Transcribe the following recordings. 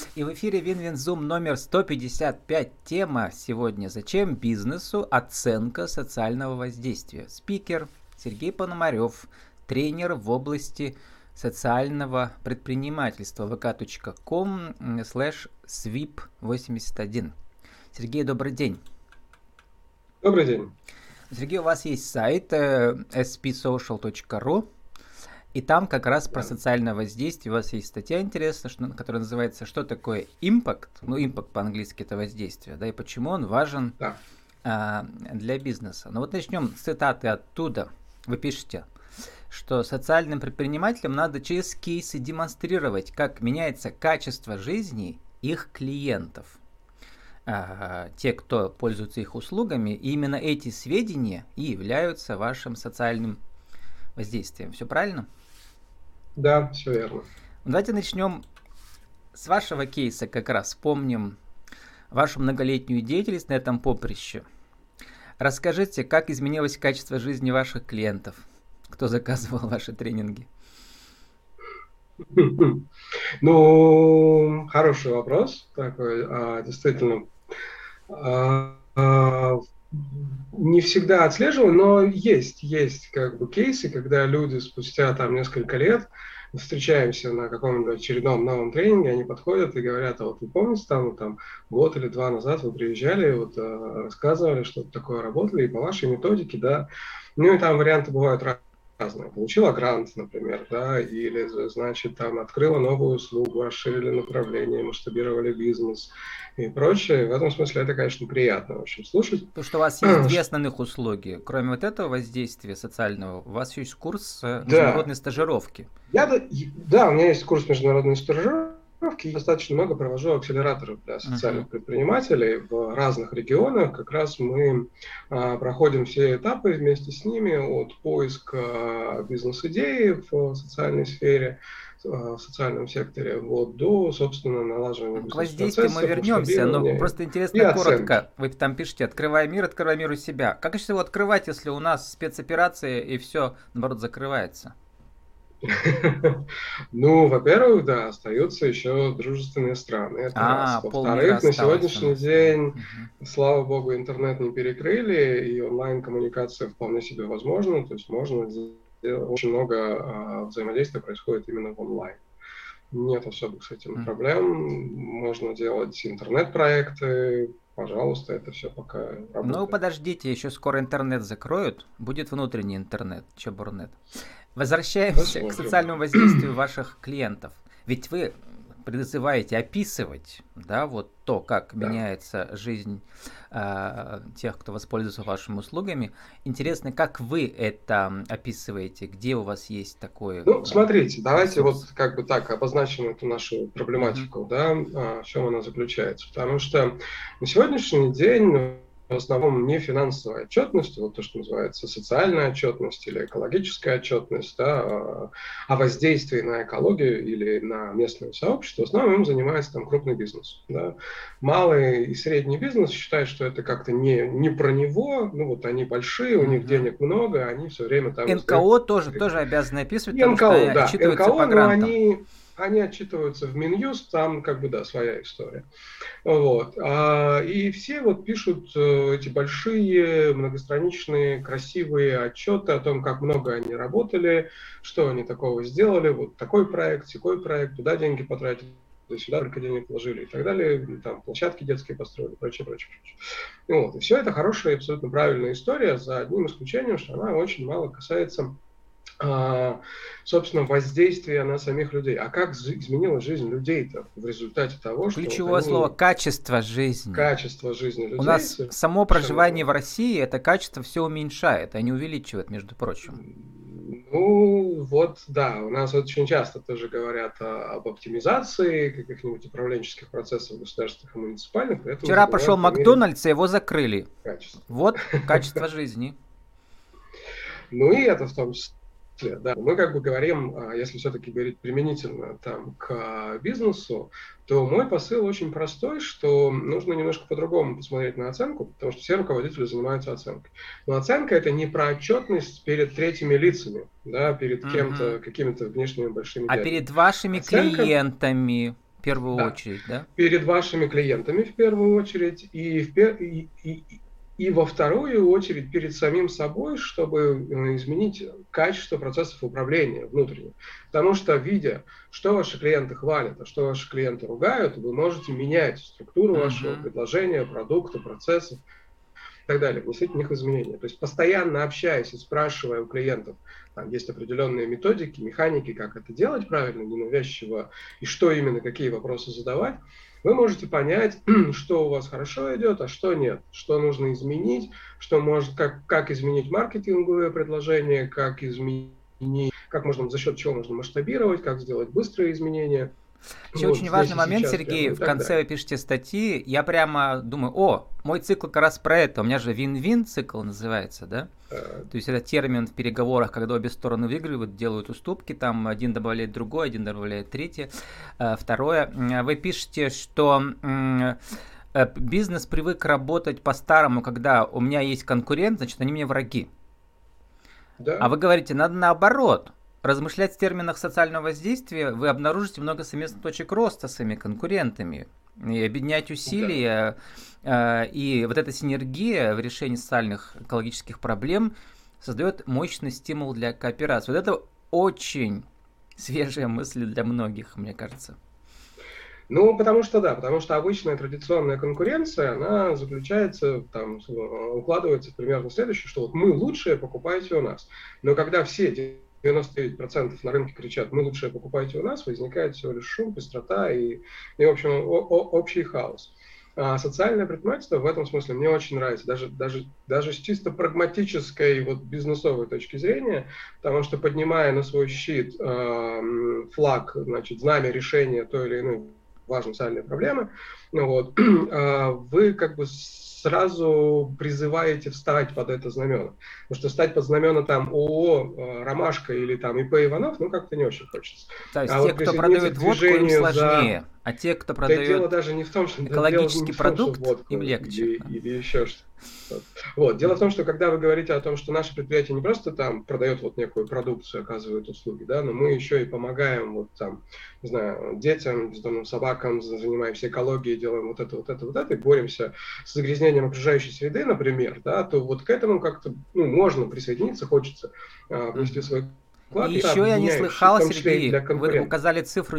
И в эфире Винвинзум номер 155. Тема сегодня «Зачем бизнесу оценка социального воздействия?» Спикер Сергей Пономарев, тренер в области социального предпринимательства vk.com/swip81. Сергей, добрый день. Добрый день. Сергей, у вас есть сайт spsocial.ru, и там как раз про социальное воздействие у вас есть статья интересная, которая называется «Что такое impact?». Ну, impact по-английски это воздействие, да, и почему он важен для бизнеса. Но вот начнем с цитаты оттуда. Вы пишете, что социальным предпринимателям надо через кейсы демонстрировать, как меняется качество жизни их клиентов. Те, кто пользуется их услугами, и именно эти сведения и являются вашим социальным воздействием. Все правильно? Да, все верно. Давайте начнем с вашего кейса, как раз вспомним вашу многолетнюю деятельность на этом поприще. Расскажите, как изменилось качество жизни ваших клиентов, кто заказывал ваши тренинги? Ну, хороший вопрос такой, действительно. Не всегда отслеживаю, но есть как бы кейсы, когда люди спустя там несколько лет встречаемся на каком-нибудь очередном новом тренинге, они подходят и говорят: а вот вы помните, там год или два назад вы приезжали, вот рассказывали, что такое работали, и по вашей методике, да, ну и там варианты бывают разные. Получила грант, например, да, или, значит, там открыла новую услугу, расширили направление, масштабировали бизнес и прочее. В этом смысле это, конечно, приятно очень слушать. Потому что у вас есть две основных услуги. Кроме вот этого воздействия социального, у вас есть курс международной стажировки. Да, у меня есть курс международной стажировки. Я достаточно много провожу акселераторов для социальных предпринимателей в разных регионах. Как раз мы проходим все этапы вместе с ними от поиска бизнес-идеи в социальной сфере, в социальном секторе, вот, до, собственно, налаживания бизнес-процессов. К воздействию мы вернемся, но просто интересно коротко. Вы там пишете: открывай мир у себя. Как же его открывать, если у нас спецоперация и все, наоборот, закрывается? Ну, во-первых, да, остаются еще дружественные страны. Это раз. Во-вторых, на сегодняшний день, слава богу, интернет не перекрыли, и онлайн-коммуникация вполне себе возможна. То есть можно сделать, очень много взаимодействия происходит именно в онлайн. Нет особых с этим проблем. Можно делать интернет-проекты. Пожалуйста, это все пока работает. Ну, подождите, еще скоро интернет закроют. Будет внутренний интернет, Чебурнет. Возвращаемся к социальному воздействию ваших клиентов. Ведь вы призываете описывать, да, вот то, как меняется жизнь тех, кто воспользуется вашими услугами. Интересно, как вы это описываете? Где у вас есть такое? Ну, смотрите, давайте вот как бы так обозначим эту нашу проблематику, да, в чем она заключается. Потому что на сегодняшний день в основном не финансовая отчетность, вот то, что называется социальная отчетность или экологическая отчетность, да, о воздействии на экологию или на местное сообщество, в основном им занимается там крупный бизнес. Да. Малый и средний бизнес считают, что это как-то не про него, ну вот они большие, у них денег много, они все время там... НКО тоже обязаны описывать, потому что отчитываются по грантам. Они отчитываются в Минюст, там как бы, да, своя история. Вот. И все вот пишут эти большие, многостраничные, красивые отчеты о том, как много они работали, что они такого сделали, вот такой проект, сякой проект, туда деньги потратили, сюда только денег вложили и так далее, там площадки детские построили, прочее. Вот. И все это хорошая и абсолютно правильная история, за одним исключением, что она очень мало касается собственно, воздействия на самих людей. А как изменилась жизнь людей-то в результате того, что... Ключевое слово — качество жизни. Качество жизни людей. У нас само проживание в России это качество все уменьшает, а не увеличивает, между прочим. Ну, вот, да, у нас очень часто тоже говорят об оптимизации каких-нибудь управленческих процессов государственных и муниципальных. Вчера пошел Макдональдс, и его закрыли. Вот качество жизни. Ну и это в том числе. Да, мы как бы говорим, если все-таки говорить применительно там, к бизнесу, то мой посыл очень простой, что нужно немножко по-другому посмотреть на оценку, потому что все руководители занимаются оценкой. Но оценка — это не про отчетность перед третьими лицами, да, перед кем-то, какими-то внешними большими дядями. А перед вашими клиентами, в первую Да. очередь, да? Перед вашими клиентами в первую очередь и во вторую очередь перед самим собой, чтобы изменить качество процессов управления внутренних. Потому что, видя, что ваши клиенты хвалят, а что ваши клиенты ругают, вы можете менять структуру вашего предложения, продукта, процессов и так далее, вносить в них изменения. То есть постоянно общаясь и спрашивая у клиентов, там есть определенные методики, механики, как это делать правильно, ненавязчиво, и что именно, какие вопросы задавать, вы можете понять, что у вас хорошо идет, а что нет, что нужно изменить, что может, как изменить маркетинговые предложения, как изменить, как можно, за счет чего можно масштабировать, как сделать быстрые изменения. Еще очень важный момент, Сергей, в конце вы пишете статьи, я прямо думаю, мой цикл как раз про это, у меня же вин-вин цикл называется, да? То есть это термин в переговорах, когда обе стороны выигрывают, делают уступки, там один добавляет другой, один добавляет третье. Второе, вы пишете, что бизнес привык работать по-старому, когда у меня есть конкурент, значит, они мне враги. Да. А вы говорите, надо наоборот. Размышлять в терминах социального воздействия, вы обнаружите много совместных точек роста с своими конкурентами. И объединять усилия, и вот эта синергия в решении социальных экологических проблем создает мощный стимул для кооперации. Вот это очень свежая мысль для многих, мне кажется. Ну, потому что обычная традиционная конкуренция, она заключается, там, укладывается примерно в следующее, что вот мы лучшие, покупайте у нас. Но когда все 99% на рынке кричат, мы лучшие, покупайте у нас, возникает всего лишь шум, пестрота и в общем, общий хаос. А социальное предпринимательство в этом смысле мне очень нравится, даже с чисто прагматической вот, бизнесовой точки зрения, потому что, поднимая на свой щит флаг, значит, знамя решения той или иной важной социальной проблемы, вот, вы как бы сразу призываете встать под это знамена. Потому что встать под знамена там ООО «Ромашка» или там ИП Иванов, ну как-то не очень хочется. То есть те, кто продает водку, им сложнее, а те, кто продает дело даже не в том, что экологический продукт, им легче. Или еще что-то. Вот. Дело в том, что когда вы говорите о том, что наше предприятие не просто там продает вот некую продукцию, оказывает услуги, да, но мы еще и помогаем вот там, не знаю, детям, бездомным собакам, занимаемся экологией, делаем вот это, и боремся с загрязнением окружающей среды, например, да, то вот к этому как-то можно присоединиться, хочется внести свой вклад. И еще я не слыхал, Сергей, вы указали цифру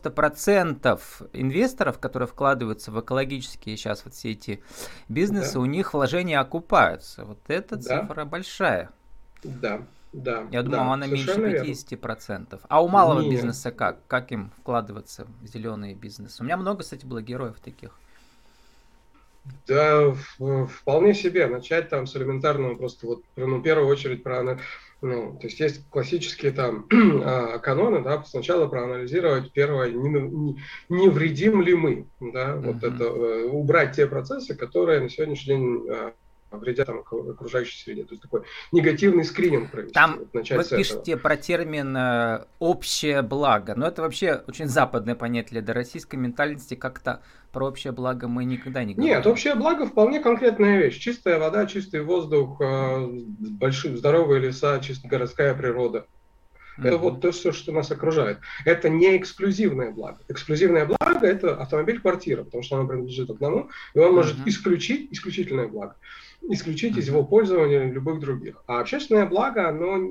90% инвесторов, которые вкладываются в экологические сейчас вот все эти бизнесы, у них вложения окупаются. Вот эта цифра большая. Да. Я думал, она меньше 50%. А у малого бизнеса как? Как им вкладываться в зеленые бизнесы? У меня много, кстати, было героев таких. Да, вполне себе. Начать там с элементарного просто вот, в первую очередь то есть классические там каноны, да, сначала проанализировать первое, не вредим ли мы, да, вот это, убрать те процессы, которые на сегодняшний день вредят там окружающей среде. То есть такой негативный скрининг провести. Там вы пишете про термин «общее благо», но это вообще очень западное понятие для российской ментальности, как-то про общее благо мы никогда не говорим. Нет, общее благо вполне конкретная вещь. Чистая вода, чистый воздух, большие здоровые леса, чисто городская природа. Это вот то, что нас окружает. Это не эксклюзивное благо. Эксклюзивное благо – это автомобиль-квартира, потому что оно принадлежит одному, и он может исключительное благо, исключить из его пользования любых других. А общественное благо,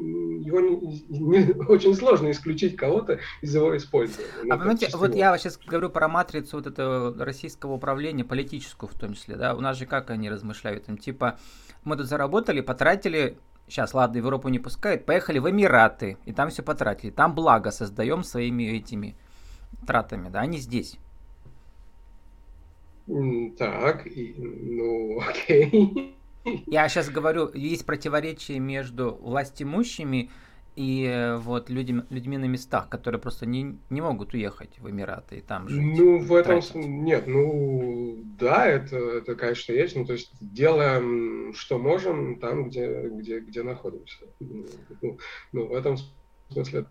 его очень сложно исключить кого-то из его использования. А понимаете, вот я сейчас говорю про матрицу вот этого российского управления, политическую в том числе, да, у нас же как они размышляют, там, типа, мы тут заработали, потратили. Сейчас, ладно, в Европу не пускают, поехали в Эмираты, и там все потратили. Там благо создаем своими этими тратами, да, они здесь. Так, окей. Я сейчас говорю, есть противоречие между властимущими и вот людьми на местах, которые просто не могут уехать в Эмираты и там жить. В этом нет, да, это конечно есть, то есть делаем, что можем там, где находимся. В этом смысле.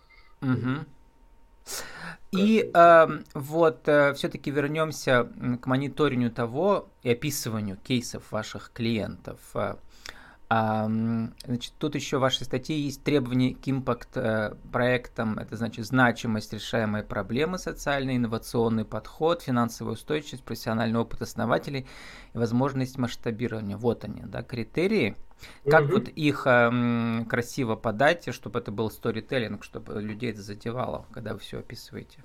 И вот все-таки вернемся к мониторинgu того и описыванию кейсов ваших клиентов. Значит, тут еще в вашей статье есть требования к импакт-проектам. Это значит значимость решаемой проблемы, социальный, инновационный подход, финансовая устойчивость, профессиональный опыт основателей и возможность масштабирования. Вот они, да, критерии. Как вот их красиво подать, чтобы это был сторителлинг, чтобы людей это задевало, когда вы все описываете?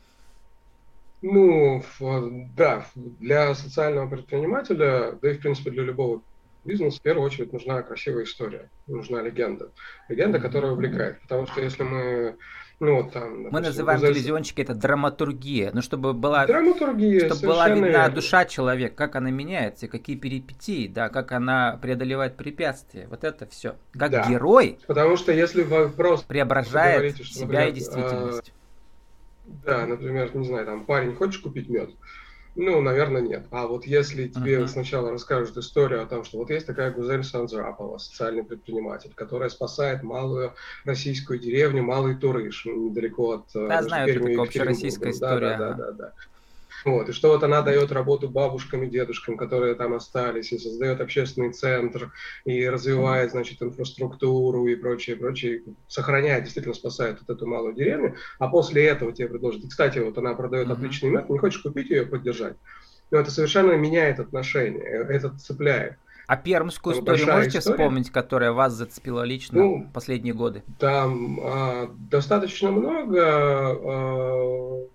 Ну, да, для социального предпринимателя, да и в принципе для любого бизнеса, в первую очередь нужна красивая история, нужна легенда. Легенда, которая увлекает. Потому что если мы, ну вот там, мы называем телевизионщики это драматургия, ну чтобы была видна верно. Душа человека, как она меняется, какие перипетии, да, как она преодолевает препятствия, вот это все. Как да. Герой, потому что если вы просто преображает говорите, что, себя, например, и действительность. Да, например, не знаю, там, парень, хочешь купить мед? Ну, наверное, нет. А вот если тебе сначала расскажут историю о том, что вот есть такая Гузель Сандрапова, социальный предприниматель, которая спасает малую российскую деревню, Малый Турыш, недалеко от да, знаю, это такая общероссийская история. Да. Вот, и что вот она дает работу бабушкам и дедушкам, которые там остались, и создает общественный центр, и развивает, значит, инфраструктуру и прочее, сохраняет, действительно спасает вот эту малую деревню, а после этого тебе предложат. И, кстати, вот она продает отличный мед, не хочешь купить ее, поддержать. Но это совершенно меняет отношения, это цепляет. А пермскую историю можете вспомнить, которая вас зацепила лично в последние годы? Там достаточно много...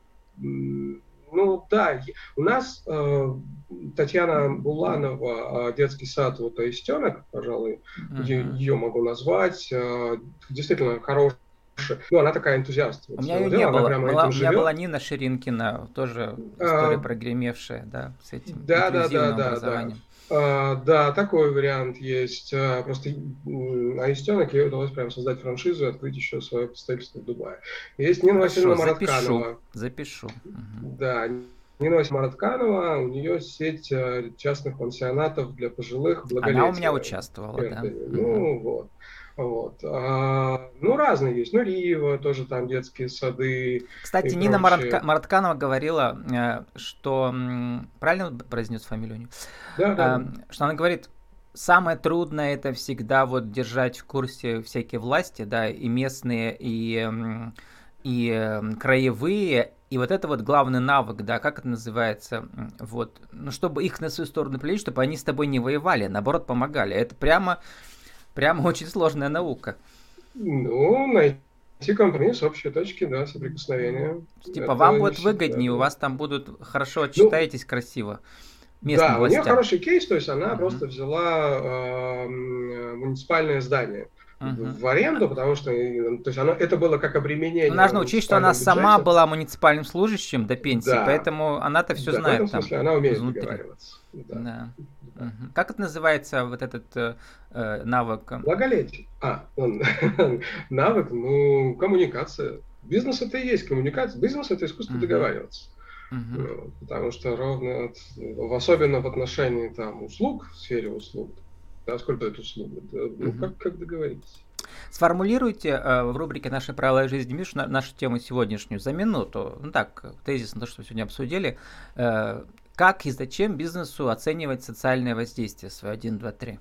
Ну да, у нас Татьяна Буланова, детский сад вот Аистенок, пожалуй, ее могу назвать, действительно хорошая. Ну, она такая энтузиаст. У меня ее не было. У меня была Нина Ширинкина, тоже история прогремевшая, да, с этим инклюзивным образованием. Да, такой вариант есть. Просто Аистенок, ей удалось прям создать франшизу и открыть еще свое представительство в Дубае. Есть Нина Васильевна Маратканова. Запишу. Да, Нина Васильевна Маратканова, у нее сеть частных пансионатов для пожилых благолепия. Она у меня участвовала, да. Ну, вот. Ну, разные есть. Ну, Риева, тоже там детские сады. Кстати, Нина Маратканова говорила, что... Правильно произнес фамилию? Да. Что она говорит, самое трудное это всегда вот держать в курсе всякие власти, да, и местные, и краевые. И вот это вот главный навык, да, как это называется, вот, ну, чтобы их на свою сторону привлечь, чтобы они с тобой не воевали, наоборот, помогали. Это прямо очень сложная наука. Ну, найти компромисс, общие точки, да, соприкосновения. Типа это вам будет выгоднее, у вас там будут хорошо отчитаетесь красиво. Да, властям. У нее хороший кейс, то есть она просто взяла муниципальное здание в аренду, потому что то есть это было как обременение. Но нужно учесть, что она сама была муниципальным служащим до пенсии, поэтому она-то все знает. В этом смысле она умеет договариваться. Да. Как это называется, вот этот навык? Благолепие. Навык, коммуникация. Бизнес это и есть коммуникация. Бизнес это искусство договариваться. Потому что особенно в отношении там услуг, в сфере услуг, да, сколько это услуг, как договориться? Сформулируйте в рубрике «Наши правила жизни Миш» нашу тему сегодняшнюю за минуту. Ну так, тезисно то, что сегодня обсудили. Как и зачем бизнесу оценивать социальное воздействие свое 1, 2, 3?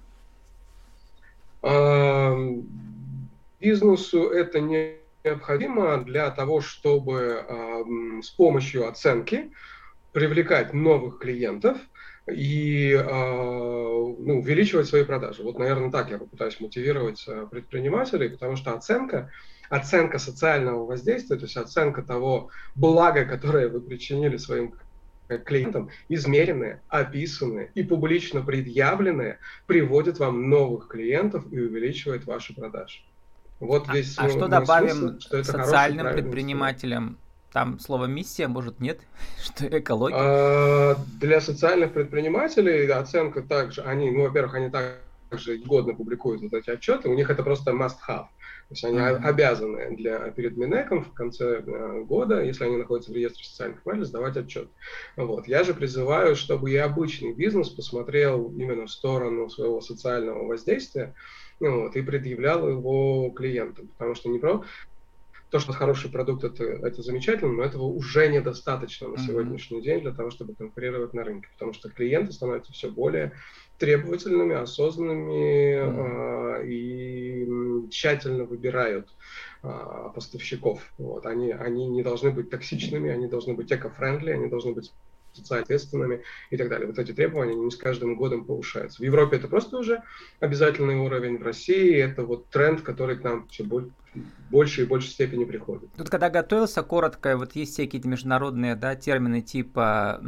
Бизнесу это необходимо для того, чтобы с помощью оценки привлекать новых клиентов и увеличивать свои продажи. Вот, наверное, так я попытаюсь мотивировать предпринимателей, потому что оценка социального воздействия, то есть оценка того блага, которое вы причинили своим клиентам, измеренные, описанные и публично предъявленные, приводит вам новых клиентов и увеличивает ваши продажи. Вот весь что добавим смысл, что социальным предпринимателям? Там слово «миссия», может, нет? Что экология? Для социальных предпринимателей оценка также, во-первых, они также годно публикуют вот эти отчеты, у них это просто must-have. То есть они обязаны перед Минэком в конце года, если они находятся в реестре социальных предпринимателей, сдавать отчет. Вот. Я же призываю, чтобы и обычный бизнес посмотрел именно в сторону своего социального воздействия и предъявлял его клиентам. Потому что то, что хороший продукт, это замечательно, но этого уже недостаточно на сегодняшний день для того, чтобы конкурировать на рынке, потому что клиенты становятся все более требовательными, осознанными и тщательно выбирают поставщиков. Вот. Они не должны быть токсичными, они должны быть эко-френдли, они должны быть социально ответственными и так далее. Вот эти требования, они с каждым годом повышаются. В Европе это просто уже обязательный уровень, в России это вот тренд, который к нам все больше и большей степени приходит. Тут, когда готовился, коротко, вот есть всякие какие-то международные, да, термины типа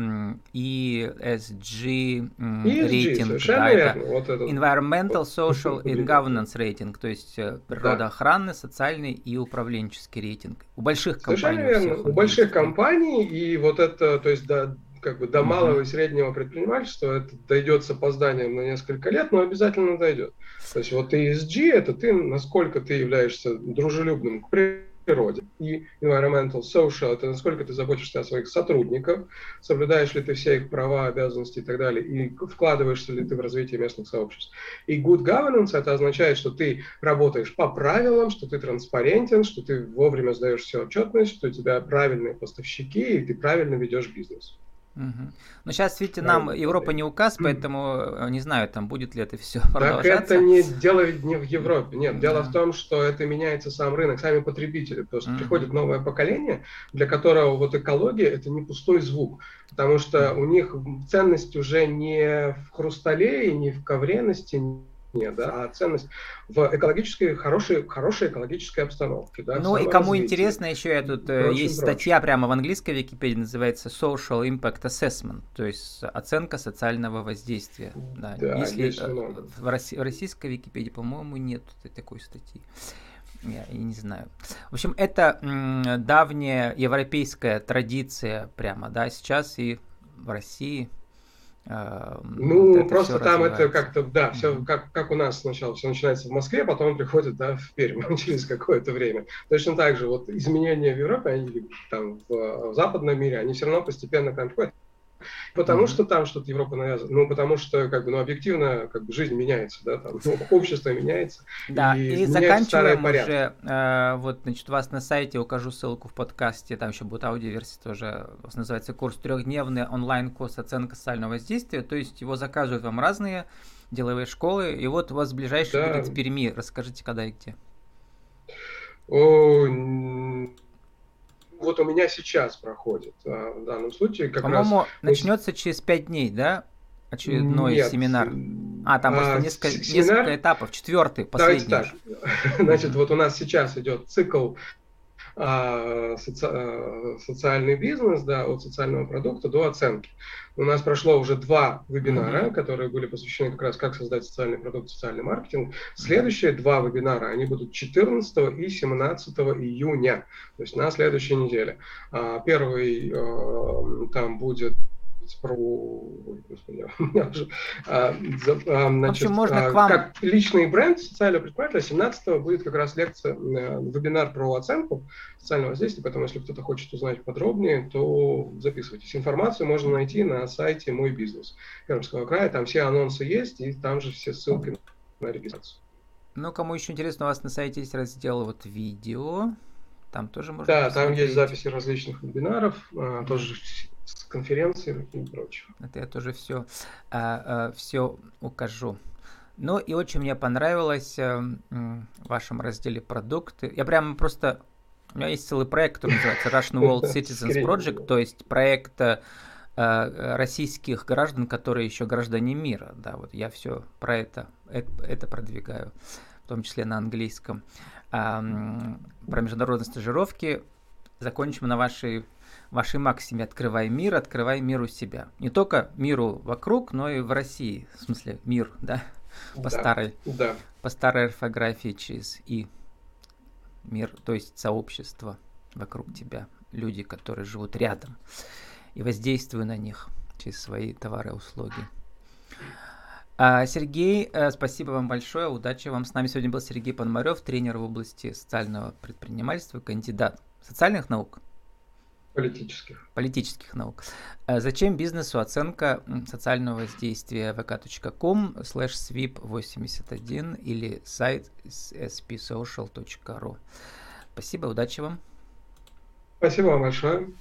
ESG рейтинг, да, верно. Вот это. Environmental, Social and Governance рейтинг, то есть природоохранный, социальный и управленческий рейтинг. У больших компаний. Совершенно верно. У больших компаний, и вот это, то есть, да, как бы до малого и среднего предпринимательства это дойдет с опозданием на несколько лет, но обязательно дойдет. То есть вот ESG – это ты, насколько ты являешься дружелюбным к природе. И environmental, social – это насколько ты заботишься о своих сотрудниках, соблюдаешь ли ты все их права, обязанности и так далее, и вкладываешься ли ты в развитие местных сообществ. И good governance – это означает, что ты работаешь по правилам, что ты транспарентен, что ты вовремя сдаешь всю отчетность, что у тебя правильные поставщики, и ты правильно ведешь бизнес. Но сейчас, видите, нам Европа не указ, поэтому не знаю, там будет ли это все продолжаться. Так это дело не в Европе. Нет, дело в том, что это меняется сам рынок, сами потребители. Потому что приходит новое поколение, для которого вот экология это не пустой звук. Потому что у них ценность уже не в хрустале и не в ковре на стене, да, а ценность в экологической, хорошей экологической обстановке. Да, ну и кому интересно, еще я тут есть статья прямо в английской Википедии, называется Social Impact Assessment, то есть оценка социального воздействия. Да. Да, если в российской Википедии, по-моему, нет такой статьи. Я не знаю. В общем, это давняя европейская традиция прямо, да, сейчас и в России. Ну, просто там это как-то, да, все как у нас сначала, все начинается в Москве, потом приходит, да, в Пермь через какое-то время. Точно так же, вот изменения в Европе, они там в западном мире, они все равно постепенно к нам приходят. Потому что там что-то Европа навязывает, ну, потому что, как бы, ну, объективно, как бы, жизнь меняется, да, там, ну, общество меняется. Да, и заканчиваем уже, вот, значит, у вас на сайте, укажу ссылку в подкасте, там еще будет аудиоверсия тоже, называется курс «Трехдневный онлайн-курс оценка социального воздействия», то есть его заказывают вам разные деловые школы, и вот у вас ближайший будет в Перми, расскажите, когда и где. Вот у меня сейчас проходит в данном случае как по-моему, раз... начнется через 5 дней, да? Очередной семинар. Там просто несколько этапов. 4-й, последний. Давайте так. Значит, вот у нас сейчас идет цикл социальный бизнес, да, от социального продукта до оценки. У нас прошло уже 2 вебинара, которые были посвящены как раз как создать социальный продукт, социальный маркетинг. Следующие 2 вебинара, они будут 14 и 17 июня, то есть на следующей неделе. Первый там будет про... Господи, в общем, можно к вам... Как личный бренд социального предпринимателя, 17-го будет как раз лекция, вебинар про оценку социального воздействия, поэтому если кто-то хочет узнать подробнее, то записывайтесь. Информацию можно найти на сайте «Мой бизнес» Пермского края, там все анонсы есть, и там же все ссылки на регистрацию. Ну, кому еще интересно, у вас на сайте есть раздел вот видео, там тоже можно посмотреть. Там есть записи различных вебинаров, тоже с конференций и прочего. Это я тоже все укажу. Ну и очень мне понравилось в вашем разделе продукты. Я прямо просто... У меня есть целый проект, который называется Russian World Citizens Project, то есть проект российских граждан, которые еще граждане мира. Да, вот я все про это продвигаю, в том числе на английском. Про международные стажировки закончим на вашей максиме «Открывай мир у себя». Не только миру вокруг, но и в России. В смысле, мир, да? По старой орфографии через «и». Мир, то есть сообщество вокруг тебя. Люди, которые живут рядом. И воздействуй на них через свои товары и услуги. Сергей, спасибо вам большое, удачи вам. С нами сегодня был Сергей Пономарев, тренер в области социального предпринимательства, кандидат социальных наук? Политических наук. Зачем бизнесу оценка социального воздействия? vk.com/swip81 или сайт spsocial.ru. Спасибо, удачи вам. Спасибо вам большое.